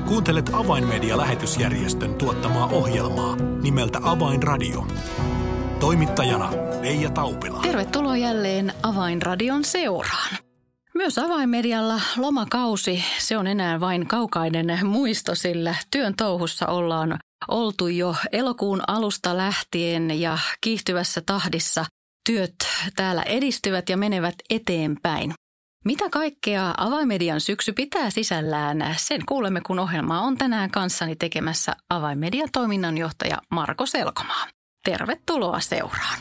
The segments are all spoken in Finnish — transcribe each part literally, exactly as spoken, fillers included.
Kuuntelet Avainmedia-lähetysjärjestön tuottamaa ohjelmaa nimeltä Avainradio. Toimittajana Leija Taupila. Tervetuloa jälleen Avainradion seuraan. Myös Avainmedialla lomakausi, se on enää vain kaukainen muisto, sillä työn touhussa ollaan oltu jo elokuun alusta lähtien ja kiihtyvässä tahdissa työt täällä edistyvät ja menevät eteenpäin. Mitä kaikkea Avainmedian syksy pitää sisällään, sen kuulemme, kun ohjelmaa on tänään kanssani tekemässä Avainmedian toiminnanjohtaja Marko Selkomaa. Tervetuloa seuraan.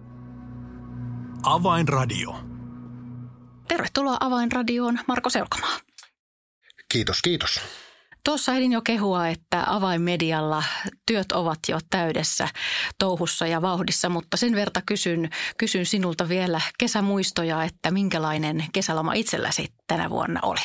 Avainradio. Tervetuloa Avainradioon, Marko Selkomaa. Kiitos, kiitos. Tuossa ehdin jo kehua, että Avainmedialla työt ovat jo täydessä touhussa ja vauhdissa, mutta sen verta kysyn, kysyn sinulta vielä kesämuistoja, että minkälainen kesäloma itselläsi tänä vuonna oli?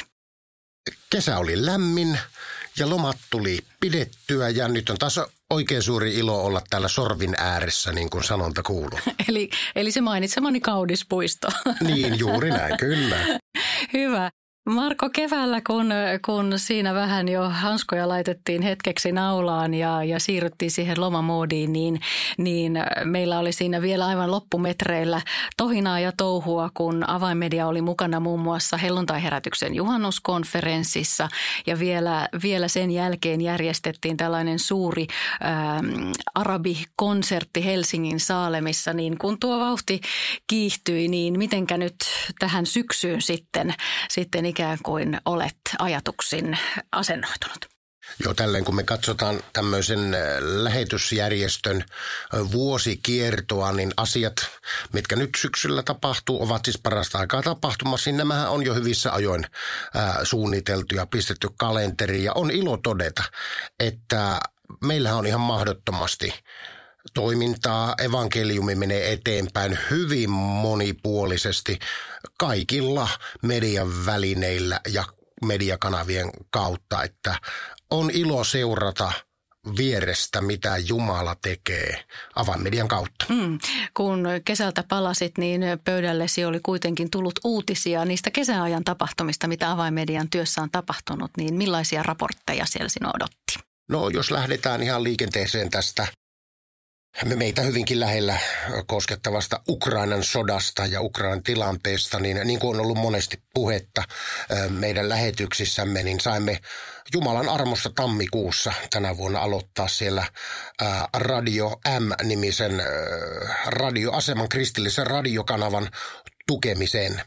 Kesä oli lämmin ja lomat tuli pidettyä ja nyt on taas oikein suuri ilo olla täällä sorvin ääressä, niin kuin sanonta kuuluu. eli, eli se mainitsemani Kaudispuisto. Niin, juuri näin, kyllä. Hyvä. Marko, keväällä kun, kun siinä vähän jo hanskoja laitettiin hetkeksi naulaan ja, ja siirryttiin siihen lomamoodiin, niin, niin meillä oli siinä vielä aivan loppumetreillä tohinaa ja touhua, kun Avainmedia oli mukana muun muassa Helluntai-herätyksen juhannuskonferenssissa ja vielä, vielä sen jälkeen järjestettiin tällainen suuri ää, arabikonsertti Helsingin Saalemissa, niin kun tuo vauhti kiihtyi, niin mitenkä nyt tähän syksyyn sitten, sitten ikään kuin olet ajatuksin asennoitunut? Joo, tälleen kun me katsotaan tämmöisen lähetysjärjestön vuosikiertoa, niin asiat, mitkä nyt syksyllä tapahtuu, ovat siis parasta aikaa tapahtumassa. Nämähän on jo hyvissä ajoin ää, suunniteltu ja pistetty kalenteriin ja on ilo todeta, että meillähän on ihan mahdottomasti toimintaa, evankeliumi menee eteenpäin hyvin monipuolisesti kaikilla median välineillä ja mediakanavien kautta, että on ilo seurata vierestä, mitä Jumala tekee Avainmedian kautta. Hmm. Kun kesältä palasit, niin pöydällesi oli kuitenkin tullut uutisia niistä kesäajan tapahtumista, mitä Avainmedian työssä on tapahtunut, niin millaisia raportteja siellä sinua odotti? No jos lähdetään ihan liikenteeseen tästä meitä hyvinkin lähellä koskettavasta Ukrainan sodasta ja Ukrainan tilanteesta, niin niin kuin on ollut monesti puhetta meidän lähetyksissämme, niin saimme Jumalan armosta tammikuussa tänä vuonna aloittaa siellä Radio M-nimisen radioaseman, kristillisen radiokanavan tukemiseen.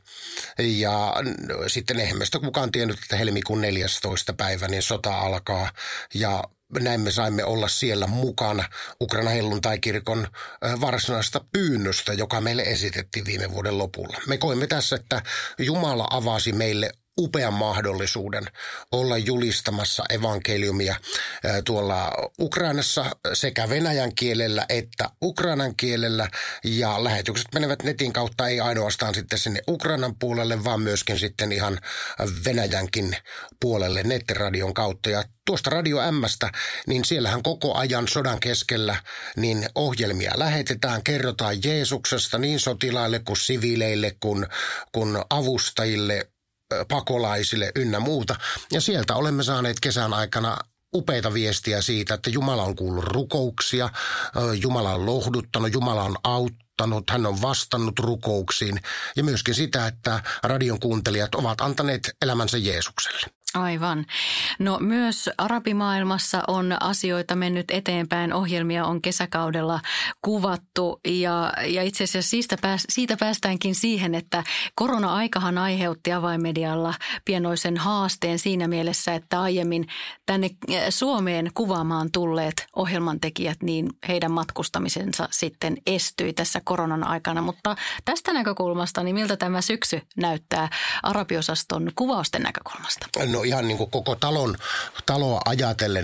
Ja sitten eihän meistä kukaan tiennyt, että helmikuun neljästoista päivä niin sota alkaa ja näin me saimme olla siellä mukana Ukrainan helluntaikirkon varsinaista pyynnöstä, joka meille esitettiin viime vuoden lopulla. Me koimme tässä, että Jumala avasi meille upean mahdollisuuden olla julistamassa evankeliumia tuolla Ukrainassa sekä venäjän kielellä että ukrainan kielellä. Ja lähetykset menevät netin kautta ei ainoastaan sitten sinne Ukrainan puolelle, vaan myöskin sitten ihan Venäjänkin puolelle nettiradion kautta. Ja tuosta Radio M:stä, niin siellähän koko ajan sodan keskellä niin ohjelmia lähetetään, kerrotaan Jeesuksesta niin sotilaille kuin siviileille kuin, kuin avustajille, pakolaisille ynnä muuta. Ja sieltä olemme saaneet kesän aikana upeita viestiä siitä, että Jumala on kuullut rukouksia, Jumala on lohduttanut, Jumala on auttanut, hän on vastannut rukouksiin ja myöskin sitä, että radion kuuntelijat ovat antaneet elämänsä Jeesukselle. Aivan. No myös arabimaailmassa on asioita mennyt eteenpäin, ohjelmia on kesäkaudella kuvattu ja, ja itse asiassa siitä, pääs, siitä päästäänkin siihen, että korona-aikahan aiheutti Avainmedialla pienoisen haasteen siinä mielessä, että aiemmin tänne Suomeen kuvaamaan tulleet ohjelmantekijät, niin heidän matkustamisensa sitten estyi tässä koronan aikana, mutta tästä näkökulmasta, niin miltä tämä syksy näyttää arabiosaston kuvausten näkökulmasta? No ihan niin kuin koko talon, taloa ajatellen, niin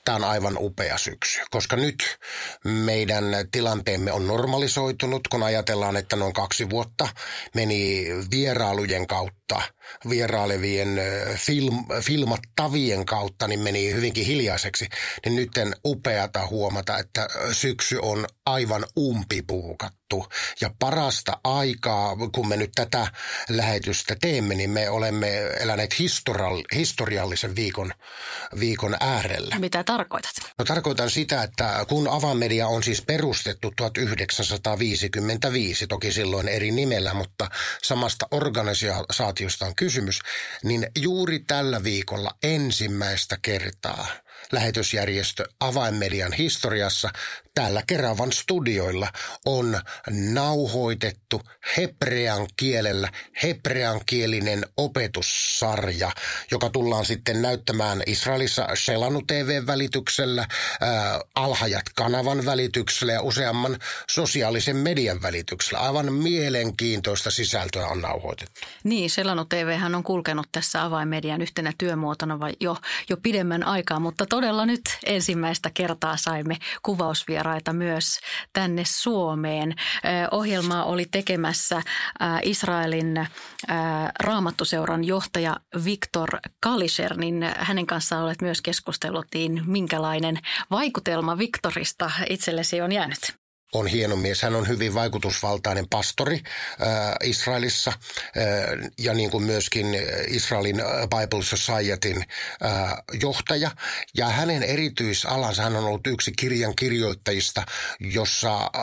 Tämä on aivan upea syksy, koska nyt meidän tilanteemme on normalisoitunut, kun ajatellaan, että noin kaksi vuotta meni vierailujen kautta, vierailevien film, filmattavien kautta, niin meni hyvinkin hiljaiseksi. Niin nyt upeata huomata, että syksy on aivan umpipuukattu. Ja parasta aikaa, kun me nyt tätä lähetystä teemme, niin me olemme eläneet historiall- historiallisen viikon, viikon äärellä. Mitä tarkoitat? No tarkoitan sitä, että kun Avainmedia on siis perustettu tuhatyhdeksänsataaviisikymmentäviisi, toki silloin eri nimellä, mutta samasta organisaatiosta on kysymys, niin juuri tällä viikolla ensimmäistä kertaa lähetysjärjestö Avainmedian historiassa täällä Keravan studioilla on nauhoitettu hebrean kielellä hebreankielinen opetussarja, joka tullaan sitten näyttämään Israelissa Shelanu T V-välityksellä, äh, Al-Hayat-kanavan välityksellä ja useamman sosiaalisen median välityksellä. Aivan mielenkiintoista sisältöä on nauhoitettu. Niin, Shelanu T V:hän on kulkenut tässä Avainmedian yhtenä työmuotona vai jo, jo pidemmän aikaa, mutta todella nyt ensimmäistä kertaa saimme kuvausvieraita myös tänne Suomeen. Ohjelmaa oli tekemässä Israelin raamattuseuran johtaja Viktor Kalisher, niin hänen kanssaan olet myös keskustellut, niin minkälainen vaikutelma Viktorista itsellesi on jäänyt? On hieno mies. Hän on hyvin vaikutusvaltainen pastori äh, Israelissa äh, ja niin kuin myöskin Israelin Bible Societyn äh, johtaja. Ja hänen erityisalansa, hän on ollut yksi kirjan kirjoittajista, jossa äh,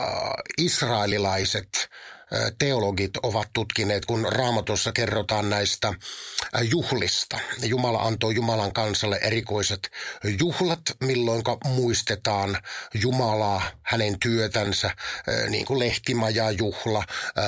israelilaiset teologit ovat tutkineet, kun Raamatussa kerrotaan näistä juhlista. Jumala antoi Jumalan kansalle erikoiset juhlat, milloin muistetaan Jumalaa, hänen työtänsä, niin kuin lehtimajajuhla,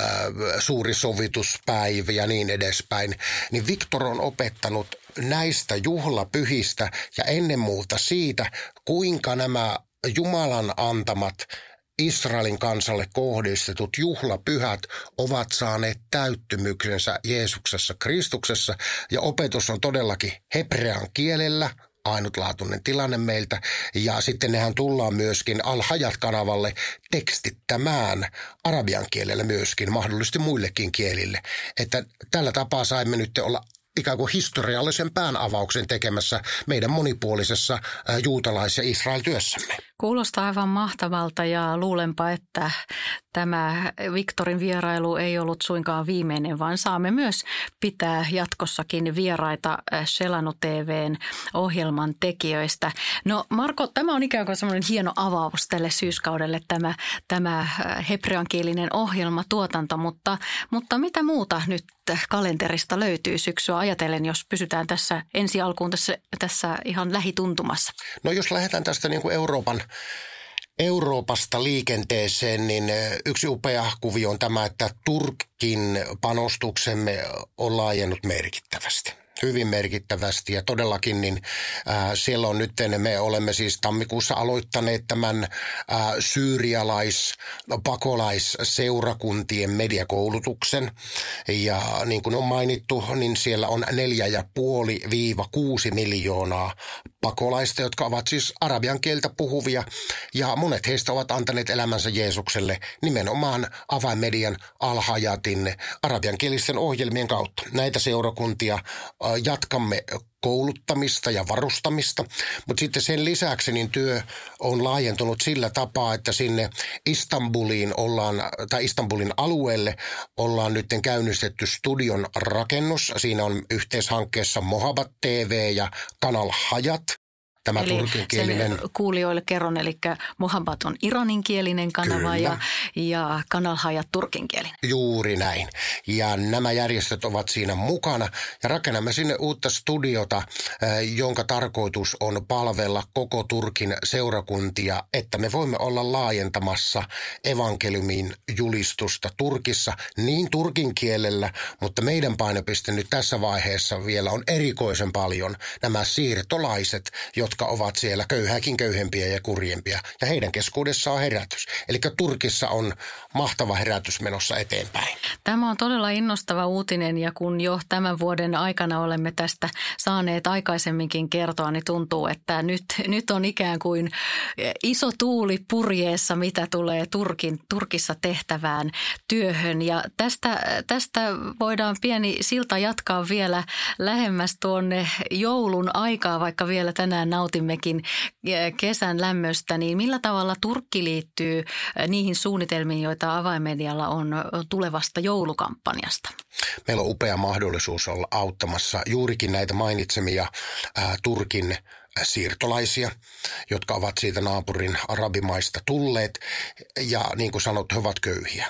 suuri sovituspäivä ja niin edespäin. Niin Viktor on opettanut näistä juhlapyhistä ja ennen muuta siitä, kuinka nämä Jumalan antamat Israelin kansalle kohdistetut juhlapyhät ovat saaneet täyttymyksensä Jeesuksessa Kristuksessa ja opetus on todellakin hebrean kielellä, ainutlaatuinen tilanne meiltä ja sitten nehän tullaan myöskin Al-Hayat-kanavalle tekstittämään arabian kielellä myöskin, mahdollisesti muillekin kielille, että tällä tapaa saimme nyt olla ikään kuin historiallisen päänavauksen tekemässä meidän monipuolisessa juutalais- ja Israel-työssämme. Kuulostaa aivan mahtavalta ja luulenpa, että tämä Viktorin vierailu ei ollut suinkaan viimeinen, vaan saamme myös pitää jatkossakin vieraita Shelanu T V:n ohjelman tekijöistä. No Marko, tämä on ikään kuin semmoinen hieno avaus tälle syyskaudelle tämä, tämä hebreankielinen ohjelmatuotanto, mutta, mutta mitä muuta nyt kalenterista löytyy syksyä ajatellen, jos pysytään tässä ensi alkuun tässä, tässä ihan lähituntumassa? No jos lähdetään tästä niin kuin Euroopan Euroopasta liikenteeseen, niin yksi upea kuvio on tämä, että Turkin panostuksemme on laajennut merkittävästi. Hyvin merkittävästi ja todellakin niin äh, siellä on nyt, me olemme siis tammikuussa aloittaneet tämän äh, syyrialais, pakolaisseurakuntien mediakoulutuksen ja niin kuin on mainittu, niin siellä on neljä ja puoli viiva kuusi miljoonaa pakolaista, jotka ovat siis arabian kieltä puhuvia ja monet heistä ovat antaneet elämänsä Jeesukselle nimenomaan Avainmedian Al-Hayatin arabiankielisten ohjelmien kautta. Näitä seurakuntia jatkamme kouluttamista ja varustamista, mutta sitten sen lisäksi niin työ on laajentunut sillä tapaa, että sinne Istanbuliin ollaan, tai Istanbulin alueelle ollaan nyt käynnistetty studion rakennus. Siinä on yhteishankkeessa Mohabbat T V ja Kanal Hayat. Tämä eli turkinkielinen sen kuulijoille kerron, eli Mohabbat on iraninkielinen kanava ja, ja Kanal Hayat turkinkielinen. Juuri näin. Ja nämä järjestöt ovat siinä mukana ja rakennamme sinne uutta studiota, jonka tarkoitus on palvella koko Turkin seurakuntia, että me voimme olla laajentamassa evankeliumin julistusta Turkissa niin turkin kielellä, mutta meidän painopiste nyt tässä vaiheessa vielä on erikoisen paljon nämä siirtolaiset, jotka jotka ovat siellä köyhääkin köyhempiä ja kurjempia. Ja heidän keskuudessaan on herätys. Eli Turkissa on mahtava herätys menossa eteenpäin. Tämä on todella innostava uutinen ja kun jo tämän vuoden aikana olemme tästä saaneet aikaisemminkin kertoa, niin tuntuu, että nyt, nyt on ikään kuin iso tuuli purjeessa, mitä tulee Turkin, Turkissa tehtävään työhön. Ja tästä, tästä voidaan pieni silta jatkaa vielä lähemmäs tuonne joulun aikaa, vaikka vielä tänään nautimmekin kesän lämmöstä. Niin millä tavalla Turkki liittyy niihin suunnitelmiin, joita Avainmedialla on tulevasta joulukampanjasta? Meillä on upea mahdollisuus olla auttamassa juurikin näitä mainitsemia ää, Turkin siirtolaisia, jotka ovat siitä naapurin arabimaista tulleet ja niin kuin sanot, he ovat köyhiä.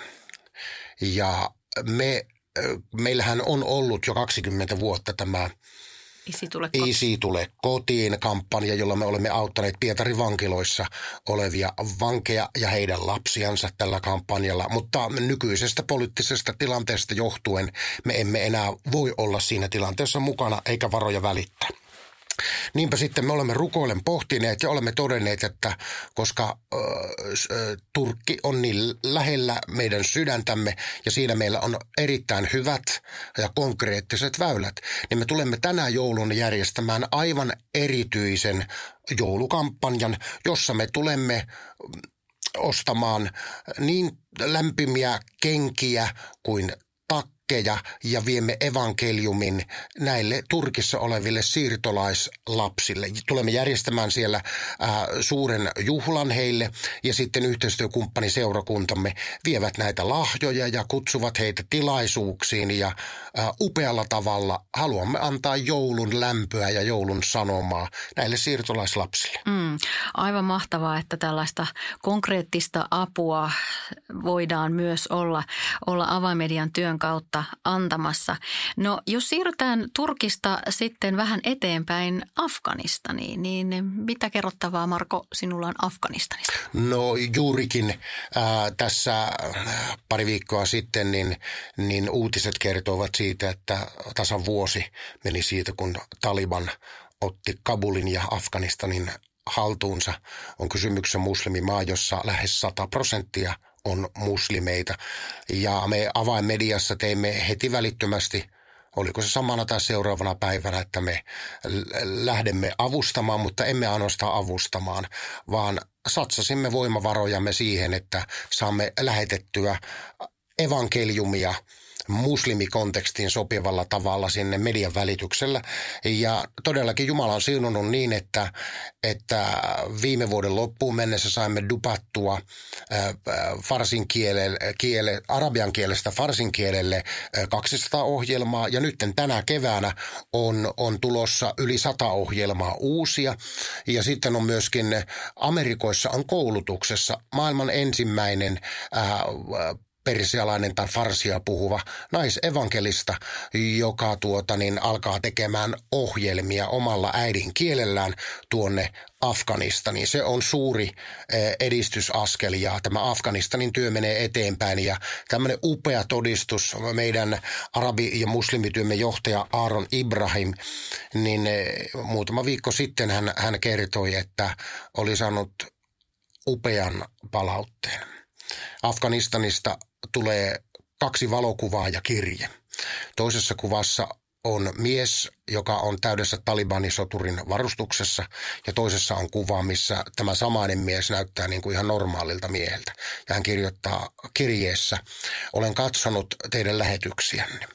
Ja me, meillähän on ollut jo kaksikymmentä vuotta tämä Isi tule kotiin. Isi tule kotiin -kampanja, jolla me olemme auttaneet Pietarin vankiloissa olevia vankeja ja heidän lapsiansa tällä kampanjalla. Mutta nykyisestä poliittisesta tilanteesta johtuen me emme enää voi olla siinä tilanteessa mukana eikä varoja välittää. Niinpä sitten me olemme rukoillen pohtineet ja olemme todenneet, että koska ö, ö, Turkki on niin lähellä meidän sydäntämme ja siinä meillä on erittäin hyvät ja konkreettiset väylät, niin me tulemme tänä joulun järjestämään aivan erityisen joulukampanjan, jossa me tulemme ostamaan niin lämpimiä kenkiä kuin takkeja ja viemme evankeliumin näille Turkissa oleville siirtolaislapsille. Tulemme järjestämään siellä ää, suuren juhlan heille ja sitten yhteistyökumppani seurakuntamme vievät näitä lahjoja ja kutsuvat heitä tilaisuuksiin ja ää, upealla tavalla haluamme antaa joulun lämpöä ja joulun sanomaa näille siirtolaislapsille. Mm, aivan mahtavaa, että tällaista konkreettista apua voidaan myös olla, olla Avainmedian työn kautta antamassa. No jos siirrytään Turkista sitten vähän eteenpäin Afganistaniin, niin mitä kerrottavaa, Marko, sinulla on Afganistanista? No juurikin äh, tässä pari viikkoa sitten niin, niin uutiset kertovat siitä, että tasan vuosi meni siitä, kun Taliban otti Kabulin ja Afganistanin haltuunsa. On kysymyksessä muslimimaa, jossa lähes sata prosenttia on muslimeita. Ja me Avainmediassa teimme heti välittömästi, oliko se samana tai seuraavana päivänä, että me lähdemme avustamaan, mutta emme ainoastaan avustamaan, vaan satsasimme voimavarojamme siihen, että saamme lähetettyä evankeliumia muslimikontekstiin sopivalla tavalla sinne median välityksellä. Ja todellakin Jumala on siunannut niin, että, että viime vuoden loppuun mennessä saimme dupattua äh, farsin kielelle, kiele, arabian kielestä farsin kielelle äh, kaksisataa ohjelmaa. Ja nyt tänä keväänä on, on tulossa yli sata ohjelmaa uusia. Ja sitten on myöskin Amerikoissa on koulutuksessa maailman ensimmäinen äh, persialainen tai farsia puhuva naisevankelista, joka tuota, niin, alkaa tekemään ohjelmia omalla äidinkielellään tuonne Afganistaniin. Se on suuri edistysaskel ja tämä Afganistanin työ menee eteenpäin ja tämmöinen upea todistus meidän arabi- ja muslimityömme johtaja Aaron Ibrahim, niin muutama viikko sitten hän, hän kertoi, että oli saanut upean palautteen. Afganistanista tulee kaksi valokuvaa ja kirje. Toisessa kuvassa on mies, joka on täydessä talibanisoturin varustuksessa ja toisessa on kuva, missä tämä samainen mies näyttää niin kuin ihan normaalilta mieheltä. Ja hän kirjoittaa kirjeessä, olen katsonut teidän lähetyksiänne.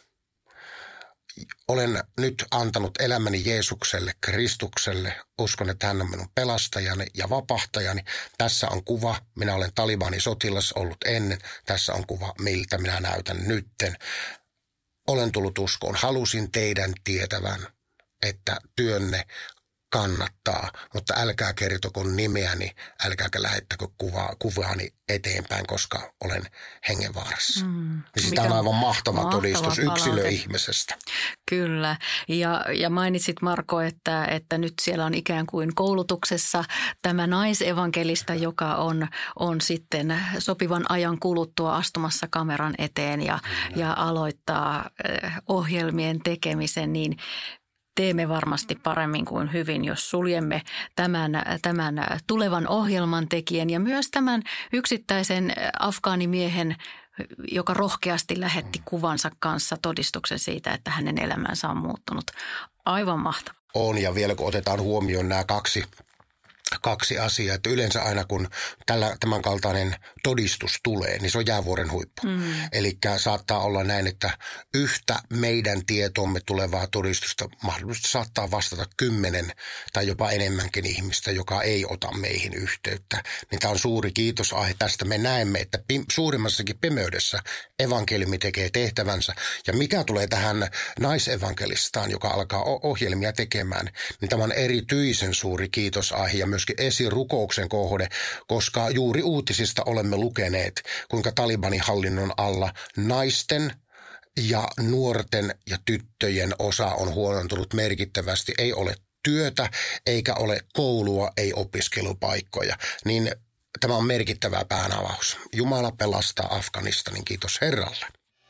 Olen nyt antanut elämäni Jeesukselle, Kristukselle. Uskon, että hän on minun pelastajani ja vapahtajani. Tässä on kuva. Minä olen Talibanin sotilas ollut ennen. Tässä on kuva, miltä minä näytän nytten. Olen tullut uskoon. Halusin teidän tietävän, että työnne kannattaa, mutta älkää kertoko nimeäni, älkääkä lähettäkö kuva, kuvaani eteenpäin, koska olen hengenvaarassa. Mm, sitä on aivan mahtava, mahtava todistus yksilöihmisestä. Kyllä. Ja, ja mainitsit, Marko, että, että nyt siellä on ikään kuin koulutuksessa tämä naisevankelista, joka on, on sitten sopivan ajan kuluttua astumassa kameran eteen ja, ja aloittaa ohjelmien tekemisen, niin teemme varmasti paremmin kuin hyvin, jos suljemme tämän, tämän tulevan ohjelman tekijän ja myös tämän yksittäisen afgaanimiehen, joka rohkeasti lähetti kuvansa kanssa todistuksen siitä, että hänen elämänsä on muuttunut. Aivan mahtava. On, ja vielä kun otetaan huomioon nämä kaksi Kaksi asiaa, että yleensä aina kun tällä, tämän kaltainen todistus tulee, niin se on jäävuoren huippu. Mm. Eli saattaa olla näin, että yhtä meidän tietomme tulevaa todistusta mahdollisesti saattaa vastata kymmenen tai jopa enemmänkin ihmistä, joka ei ota meihin yhteyttä. Niin tämä on suuri kiitosaihe. Tästä me näemme, että pim- suurimmassakin pimeydessä evankeliumi tekee tehtävänsä. Ja mikä tulee tähän naisevankelistaan, joka alkaa ohjelmia tekemään, niin tämä on erityisen suuri kiitosaihe ja myöskin esirukouksen kohde, koska juuri uutisista olemme lukeneet, kuinka Talibanin hallinnon alla naisten ja nuorten ja tyttöjen osa on huonontunut merkittävästi. Ei ole työtä, eikä ole koulua, ei opiskelupaikkoja. Niin tämä on merkittävä päänavaus. Jumala pelastaa Afganistanin, kiitos Herralle.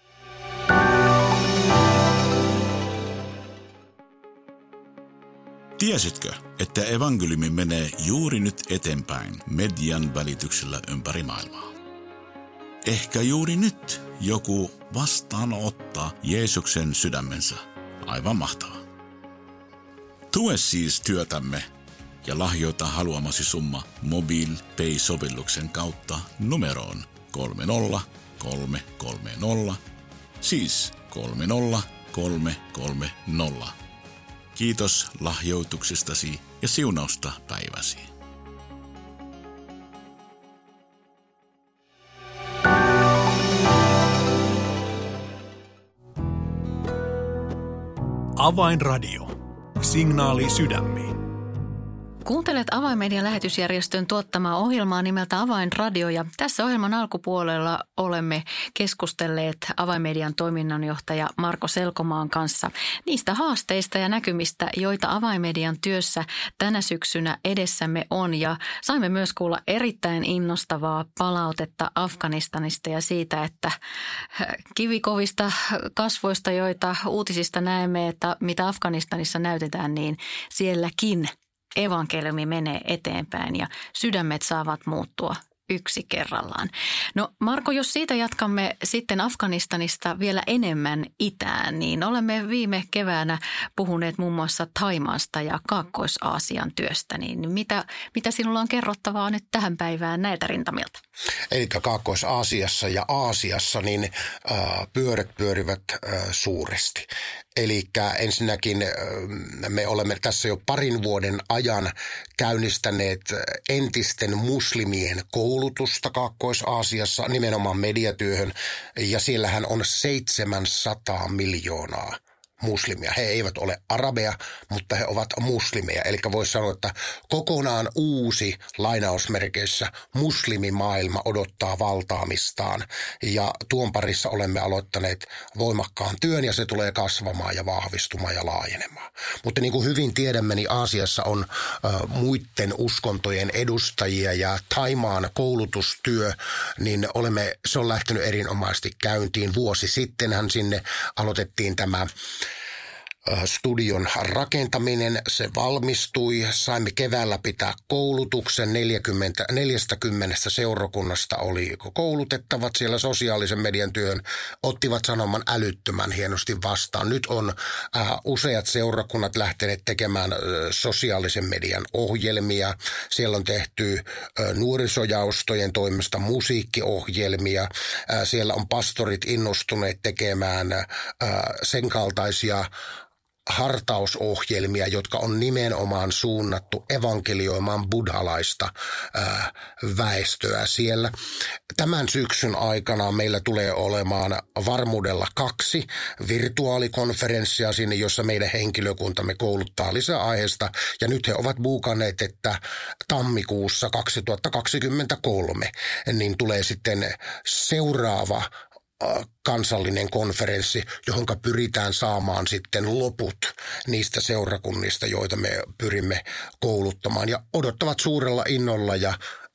Tiesitkö, että evankeliumi menee juuri nyt eteenpäin median välityksellä ympäri maailmaa? Ehkä juuri nyt joku vastaanottaa Jeesuksen sydämensä. Aivan mahtavaa. Tue siis työtämme ja lahjoita haluamasi summa MobilePay-sovelluksen kautta numeroon kolme nolla kolme kolme nolla, siis kolme nolla kolme kolme nolla. Kiitos lahjoituksestasi ja siunausta päiväsi. Avainradio. Signaali sydämiin. Kuuntelet Avainmedian lähetysjärjestön tuottamaa ohjelmaa nimeltä Avainradio ja tässä ohjelman alkupuolella olemme keskustelleet Avainmedian toiminnanjohtaja Marko Selkomaan kanssa niistä haasteista ja näkymistä, joita Avainmedian työssä tänä syksynä edessämme on ja saimme myös kuulla erittäin innostavaa palautetta Afganistanista ja siitä, että kivikovista kasvoista, joita uutisista näemme, että mitä Afganistanissa näytetään, niin sielläkin evankeliumi menee eteenpäin ja sydämet saavat muuttua yksi kerrallaan. No Marko, jos siitä jatkamme sitten Afganistanista vielä enemmän itään, niin olemme viime keväänä puhuneet muun muassa Thaimaasta ja Kaakkois-Aasian työstä. Niin mitä, mitä sinulla on kerrottavaa nyt tähän päivään näiltä rintamilta? Eli Kaakkois-Aasiassa ja Aasiassa niin äh, pyörät pyörivät äh, suuresti. Eli ensinnäkin me olemme tässä jo parin vuoden ajan käynnistäneet entisten muslimien koulutusta Kaakkois-Aasiassa nimenomaan mediatyöhön ja siellähän on seitsemänsataa miljoonaa muslimia. He eivät ole arabeja, mutta he ovat muslimeja. Eli voisi sanoa, että kokonaan uusi lainausmerkeissä muslimimaailma odottaa valtaamistaan. Ja tuon parissa olemme aloittaneet voimakkaan työn ja se tulee kasvamaan ja vahvistumaan ja laajenemaan. Mutta niin kuin hyvin tiedämme, niin Aasiassa on äh, muiden uskontojen edustajia ja Thaimaan koulutustyö, niin olemme, se on lähtenyt erinomaisesti käyntiin. Vuosi sittenhän sinne aloitettiin tämä studion rakentaminen, se valmistui. Saimme keväällä pitää koulutuksen. neljäkymmentä, neljäkymmentä seurakunnasta oli koulutettavat siellä sosiaalisen median työhön. Ottivat sanoman älyttömän hienosti vastaan. Nyt on äh, useat seurakunnat lähteneet tekemään äh, sosiaalisen median ohjelmia. Siellä on tehty äh, nuorisojaostojen toimesta musiikkiohjelmia. Äh, siellä on pastorit innostuneet tekemään äh, sen kaltaisia hartausohjelmia, jotka on nimenomaan suunnattu evankelioimaan buddhalaista ää, väestöä siellä. Tämän syksyn aikana meillä tulee olemaan varmuudella kaksi virtuaalikonferenssia sinne, jossa meidän henkilökuntamme kouluttaa lisää aiheesta. Ja nyt he ovat buukanneet, että tammikuussa kaksituhattakaksikymmentäkolme niin tulee sitten seuraava kansallinen konferenssi, johon pyritään saamaan sitten loput niistä seurakunnista, joita me pyrimme kouluttamaan ja odottavat suurella innolla ja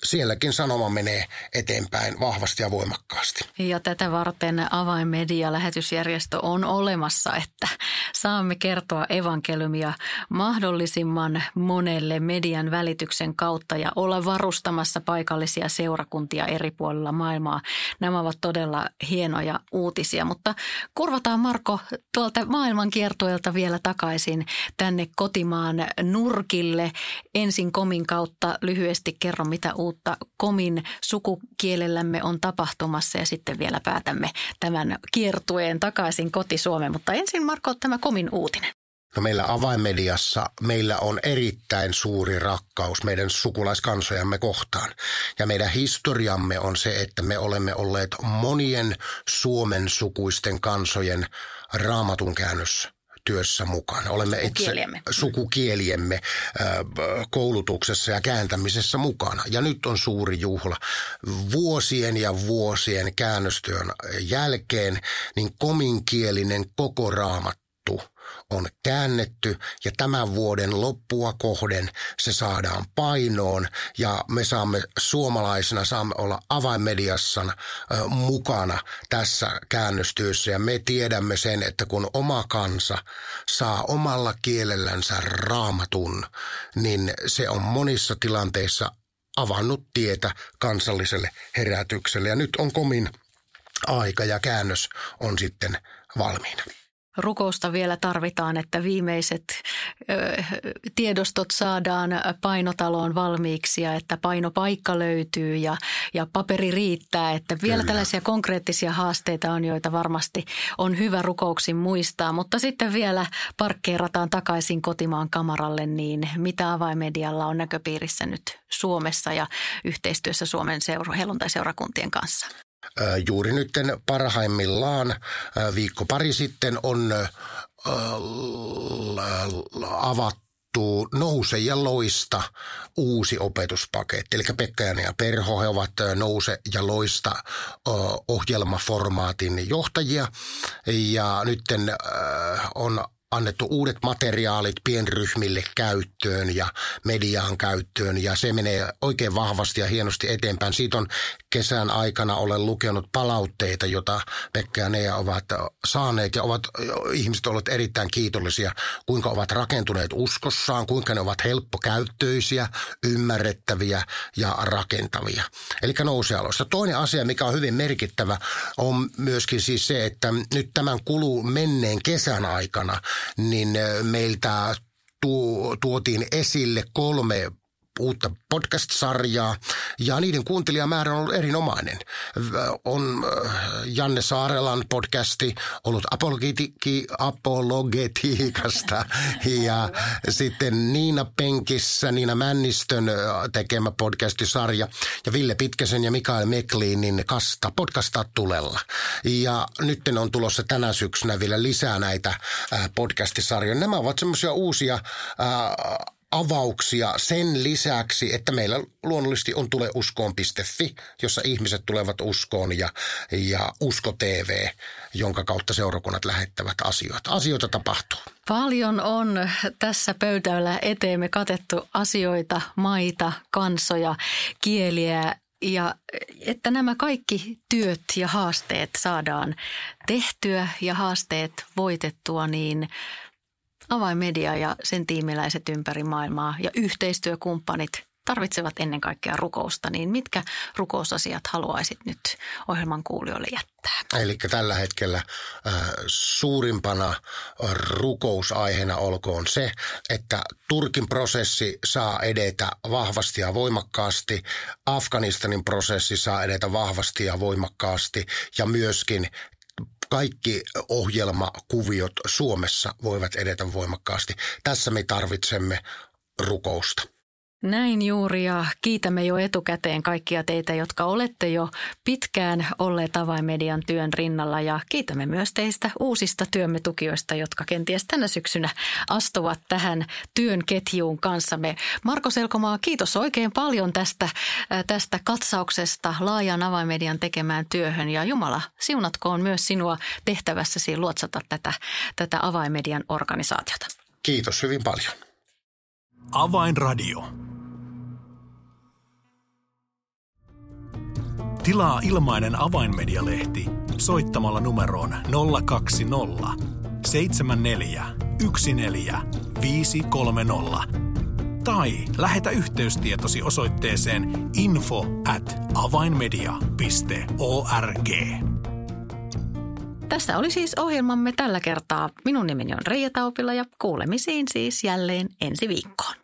sielläkin sanoma menee eteenpäin vahvasti ja voimakkaasti. Ja tätä varten Avainmedia-lähetysjärjestö on olemassa, että saamme kertoa evankeliumia mahdollisimman monelle median välityksen kautta ja olla varustamassa paikallisia seurakuntia eri puolilla maailmaa. Nämä ovat todella hienoja uutisia, mutta kurvataan Marko tuolta maailmankiertueelta vielä takaisin tänne kotimaan nurkille. Ensin Komin kautta lyhyesti kerro, mitä uutta Komin sukukielellämme on tapahtumassa ja sitten vielä päätämme tämän kiertueen takaisin koti-Suomeen. Mutta ensin Marko, tämä Komin uutinen. No meillä Avainmediassa meillä on erittäin suuri rakkaus meidän sukulaiskansojamme kohtaan. Ja meidän historiamme on se, että me olemme olleet monien Suomen sukuisten kansojen raamatun käännössä työssä mukana. Olemme sukukieliemme, itse, sukukieliemme äh, koulutuksessa ja kääntämisessä mukana. Ja nyt on suuri juhla. Vuosien ja vuosien käännöstyön jälkeen niin kominkielinen koko raamattu on käännetty ja tämän vuoden loppua kohden se saadaan painoon ja me saamme suomalaisena saamme olla Avainmediassa äh, mukana tässä käännöstyössä ja me tiedämme sen, että kun oma kansa saa omalla kielellänsä raamatun, niin se on monissa tilanteissa avannut tietä kansalliselle herätykselle ja nyt on Komin aika ja käännös on sitten valmiina. Rukousta vielä tarvitaan, että viimeiset ö, tiedostot saadaan painotaloon valmiiksi ja että painopaikka löytyy ja, ja paperi riittää. Että vielä Kyllä. tällaisia konkreettisia haasteita on, joita varmasti on hyvä rukouksin muistaa. Mutta sitten vielä parkkeerataan takaisin kotimaan kamaralle, niin mitä Avainmedialla on näköpiirissä nyt Suomessa ja yhteistyössä Suomen seura- helluntai-seurakuntien kanssa? Juuri nyt parhaimmillaan viikko pari sitten on avattu Nouse ja Loista uusi opetuspaketti. Eli Pekka-Janne ja Perho, he ovat Nouse ja Loista ohjelmaformaatin johtajia ja nyt on annettu uudet materiaalit pienryhmille käyttöön ja mediaan käyttöön ja se menee oikein vahvasti ja hienosti eteenpäin. Siitä on kesän aikana olen lukenut palautteita, jota Pekka ja Nea ovat saaneet ja ovat ihmiset olleet erittäin kiitollisia, kuinka ovat rakentuneet uskossaan, kuinka ne ovat helppokäyttöisiä, ymmärrettäviä ja rakentavia. Eli Nousealoista. Toinen asia, mikä on hyvin merkittävä, on myöskin siis se, että nyt tämän kulu menneen kesän aikana niin meiltä tuotiin esille kolme uutta podcast-sarjaa ja niiden kuuntelijamäärä on ollut erinomainen. On Janne Saarelan podcasti ollut apologeti- apologetiikasta ja sitten Niina Penkissä, Niina Männistön tekemä podcastisarja ja Ville Pitkäsen ja Mikael Meklinin kasta, podcastaa tulella. Ja nyt on tulossa tänä syksynä vielä lisää näitä podcastisarjoja. Nämä ovat semmoisia uusia ää, avauksia sen lisäksi, että meillä luonnollisesti on tuleuskoon piste fi, jossa ihmiset tulevat uskoon ja, ja Usko T V, jonka kautta seurakunnat lähettävät asioita. Asioita tapahtuu. Paljon on tässä pöydällä eteemme katettu asioita, maita, kansoja, kieliä. Ja että nämä kaikki työt ja haasteet saadaan tehtyä ja haasteet voitettua, niin Avainmedia ja sen tiimiläiset ympäri maailmaa ja yhteistyökumppanit tarvitsevat ennen kaikkea rukousta, niin mitkä rukousasiat haluaisit nyt ohjelman kuulijoille jättää? Eli tällä hetkellä äh, suurimpana rukousaiheena olkoon se, että Turkin prosessi saa edetä vahvasti ja voimakkaasti, Afganistanin prosessi saa edetä vahvasti ja voimakkaasti ja myöskin kaikki ohjelmakuviot Suomessa voivat edetä voimakkaasti. Tässä me tarvitsemme rukousta. Näin juuri ja kiitämme jo etukäteen kaikkia teitä, jotka olette jo pitkään olleet Avainmedian työn rinnalla ja kiitämme myös teistä uusista työmme tukijoista, jotka kenties tänä syksynä astuvat tähän työn ketjuun kanssamme. Marko Selkomaa, kiitos oikein paljon tästä, tästä katsauksesta laajan Avainmedian tekemään työhön ja Jumala siunatkoon myös sinua tehtävässäsi luotsata tätä, tätä Avainmedian organisaatiota. Kiitos hyvin paljon. Avainradio. Tilaa ilmainen avainmedialehti soittamalla numeroon nolla kaksi nolla seitsemän neljä yksi neljä viisi kolme nolla tai lähetä yhteystietosi osoitteeseen info at avainmedia piste org. Tässä oli siis ohjelmamme tällä kertaa. Minun nimeni on Reija Taupila ja kuulemisiin siis jälleen ensi viikkoon.